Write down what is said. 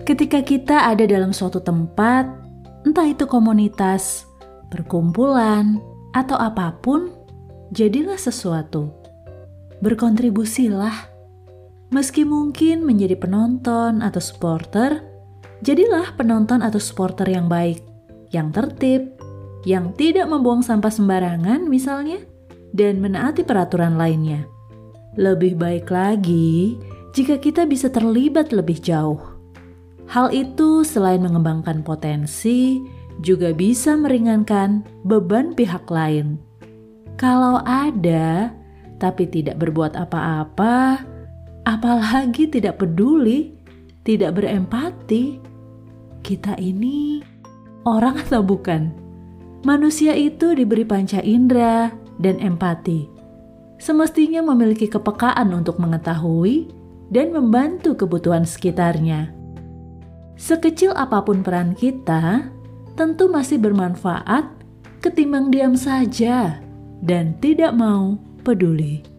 Ketika kita ada dalam suatu tempat, entah itu komunitas, perkumpulan, atau apapun, jadilah sesuatu. Berkontribusilah. Meski mungkin menjadi penonton atau supporter, jadilah penonton atau supporter yang baik, yang tertib, yang tidak membuang sampah sembarangan misalnya, dan menaati peraturan lainnya. Lebih baik lagi jika kita bisa terlibat lebih jauh. Hal itu selain mengembangkan potensi, juga bisa meringankan beban pihak lain. Kalau ada, tapi tidak berbuat apa-apa, apalagi tidak peduli, tidak berempati, kita ini orang atau bukan? Manusia itu diberi panca indera dan empati. Semestinya memiliki kepekaan untuk mengetahui dan membantu kebutuhan sekitarnya. Sekecil apapun peran kita, tentu masih bermanfaat ketimbang diam saja dan tidak mau peduli.